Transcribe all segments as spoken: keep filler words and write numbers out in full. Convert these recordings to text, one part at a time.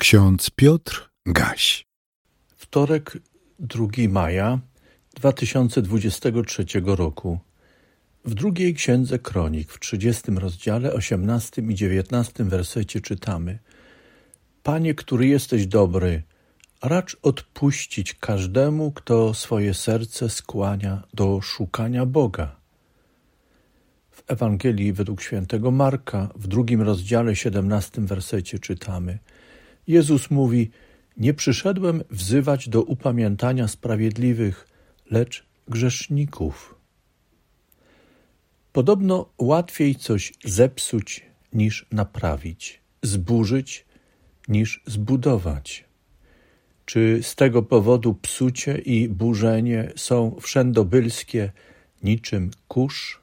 Ksiądz Piotr Gaś. Wtorek, drugiego maja dwa tysiące dwudziestego trzeciego roku. W drugiej księdze Kronik, w trzydziestym rozdziale, osiemnastym i dziewiętnastym wersecie czytamy: Panie, który jesteś dobry, racz odpuścić każdemu, kto swoje serce skłania do szukania Boga. W Ewangelii według świętego Marka, w drugim rozdziale, siedemnastym wersecie czytamy: Jezus mówi: Nie przyszedłem wzywać do upamiętania sprawiedliwych, lecz grzeszników. Podobno łatwiej coś zepsuć niż naprawić, zburzyć niż zbudować. Czy z tego powodu psucie i burzenie są wszędobylskie niczym kurz?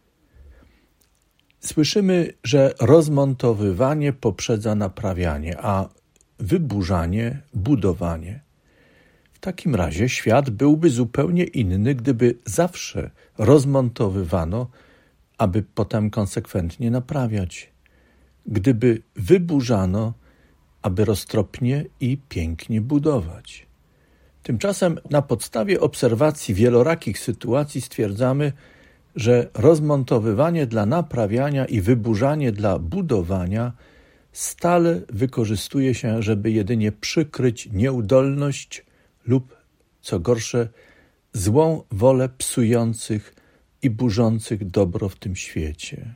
Słyszymy, że rozmontowywanie poprzedza naprawianie, a wyburzanie budowanie. W takim razie świat byłby zupełnie inny, gdyby zawsze rozmontowywano, aby potem konsekwentnie naprawiać. Gdyby wyburzano, aby roztropnie i pięknie budować. Tymczasem na podstawie obserwacji wielorakich sytuacji stwierdzamy, że rozmontowywanie dla naprawiania i wyburzanie dla budowania stale wykorzystuje się, żeby jedynie przykryć nieudolność lub, co gorsze, złą wolę psujących i burzących dobro w tym świecie.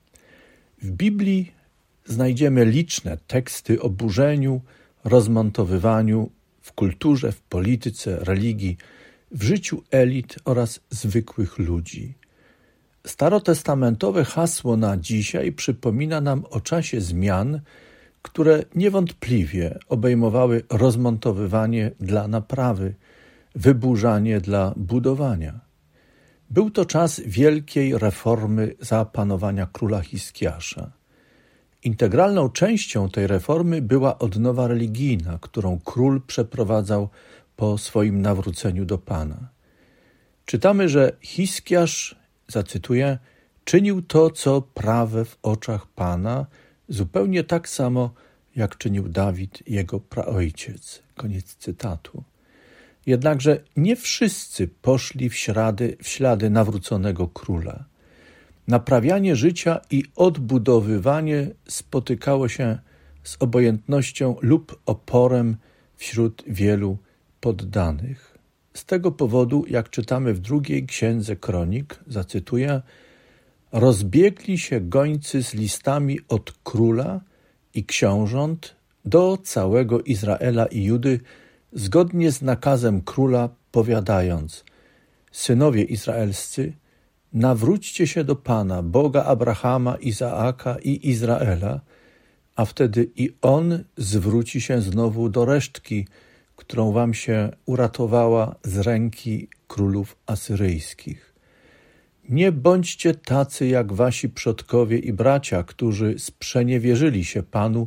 W Biblii znajdziemy liczne teksty o burzeniu, rozmontowywaniu w kulturze, w polityce, religii, w życiu elit oraz zwykłych ludzi. Starotestamentowe hasło na dzisiaj przypomina nam o czasie zmian, które niewątpliwie obejmowały rozmontowywanie dla naprawy, wyburzanie dla budowania. Był to czas wielkiej reformy za panowania króla Hiskiasza. Integralną częścią tej reformy była odnowa religijna, którą król przeprowadzał po swoim nawróceniu do Pana. Czytamy, że Hiskiasz, zacytuję, czynił to, co prawe w oczach Pana, zupełnie tak samo, jak czynił Dawid, jego praojciec. Koniec cytatu. Jednakże nie wszyscy poszli w ślady, w ślady nawróconego króla. Naprawianie życia i odbudowywanie spotykało się z obojętnością lub oporem wśród wielu poddanych. Z tego powodu, jak czytamy w drugiej księdze Kronik, zacytuję, rozbiegli się gońcy z listami od króla i książąt do całego Izraela i Judy, zgodnie z nakazem króla, powiadając: synowie izraelscy, nawróćcie się do Pana, Boga Abrahama, Izaaka i Izraela, a wtedy i On zwróci się znowu do resztki, którą wam się uratowała z ręki królów asyryjskich. Nie bądźcie tacy jak wasi przodkowie i bracia, którzy sprzeniewierzyli się Panu,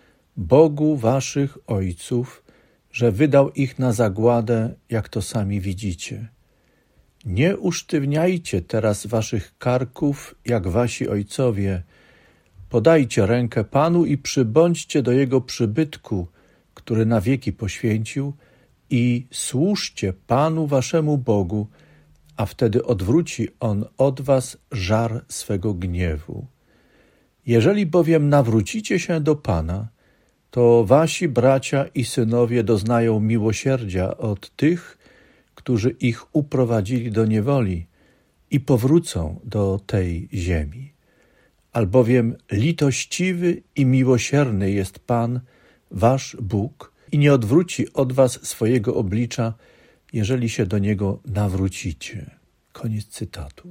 Bogu waszych ojców, że wydał ich na zagładę, jak to sami widzicie. Nie usztywniajcie teraz waszych karków, jak wasi ojcowie. Podajcie rękę Panu i przybądźcie do Jego przybytku, który na wieki poświęcił, i służcie Panu waszemu Bogu, a wtedy odwróci On od was żar swego gniewu. Jeżeli bowiem nawrócicie się do Pana, to wasi bracia i synowie doznają miłosierdzia od tych, którzy ich uprowadzili do niewoli, i powrócą do tej ziemi. Albowiem litościwy i miłosierny jest Pan, wasz Bóg, i nie odwróci od was swojego oblicza, jeżeli się do Niego nawrócicie. Koniec cytatu.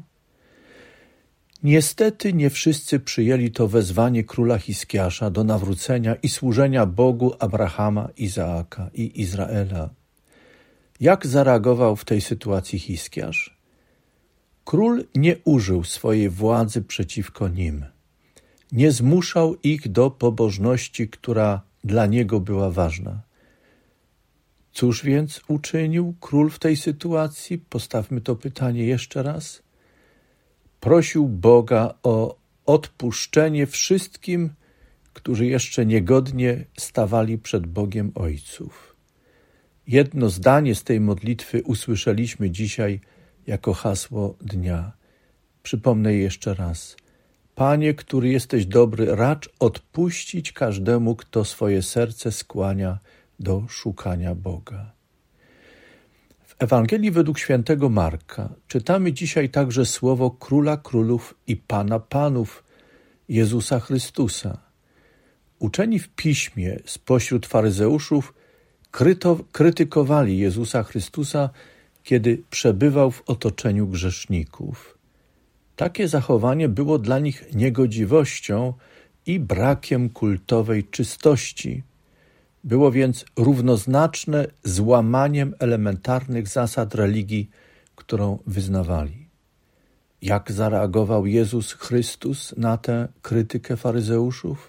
Niestety nie wszyscy przyjęli to wezwanie króla Hiskiasza do nawrócenia i służenia Bogu Abrahama, Izaaka i Izraela. Jak zareagował w tej sytuacji Hiskiasz? Król nie użył swojej władzy przeciwko nim. Nie zmuszał ich do pobożności, która dla niego była ważna. Cóż więc uczynił król w tej sytuacji? Postawmy to pytanie jeszcze raz. Prosił Boga o odpuszczenie wszystkim, którzy jeszcze niegodnie stawali przed Bogiem Ojców. Jedno zdanie z tej modlitwy usłyszeliśmy dzisiaj jako hasło dnia. Przypomnę jeszcze raz. Panie, który jesteś dobry, racz odpuścić każdemu, kto swoje serce skłania do szukania Boga. W Ewangelii według świętego Marka czytamy dzisiaj także słowo Króla Królów i Pana Panów, Jezusa Chrystusa. Uczeni w piśmie spośród faryzeuszów kryto, krytykowali Jezusa Chrystusa, kiedy przebywał w otoczeniu grzeszników. Takie zachowanie było dla nich niegodziwością i brakiem kultowej czystości. Było więc równoznaczne z łamaniem elementarnych zasad religii, którą wyznawali. Jak zareagował Jezus Chrystus na tę krytykę faryzeuszów?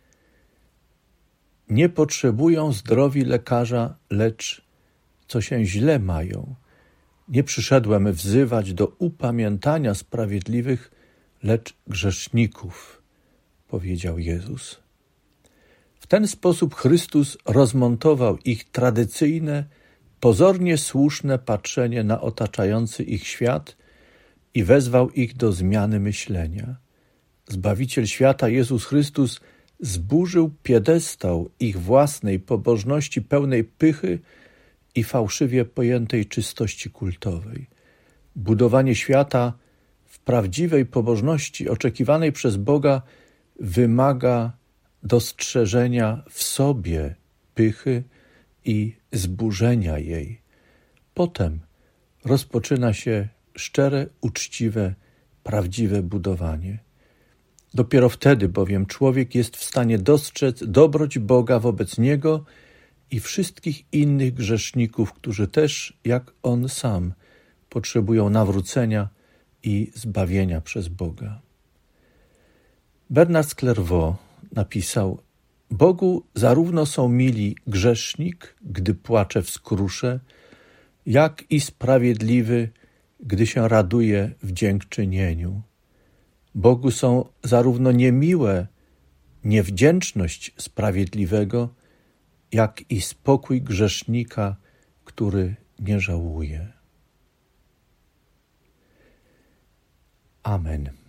Nie potrzebują zdrowi lekarza, lecz co się źle mają. Nie przyszedłem wzywać do upamiętania sprawiedliwych, lecz grzeszników, powiedział Jezus. W ten sposób Chrystus rozmontował ich tradycyjne, pozornie słuszne patrzenie na otaczający ich świat i wezwał ich do zmiany myślenia. Zbawiciel świata Jezus Chrystus zburzył piedestał ich własnej pobożności pełnej pychy i fałszywie pojętej czystości kultowej. Budowanie świata w prawdziwej pobożności oczekiwanej przez Boga wymaga dostrzeżenia w sobie pychy i zburzenia jej. Potem rozpoczyna się szczere, uczciwe, prawdziwe budowanie. Dopiero wtedy bowiem człowiek jest w stanie dostrzec dobroć Boga wobec niego i wszystkich innych grzeszników, którzy też, jak on sam, potrzebują nawrócenia i zbawienia przez Boga. Bernard z Clairvaux napisał: Bogu zarówno są mili grzesznik, gdy płacze w skrusze, jak i sprawiedliwy, gdy się raduje w dziękczynieniu. Bogu są zarówno niemiłe niewdzięczność sprawiedliwego, jak i spokój grzesznika, który nie żałuje. Amen.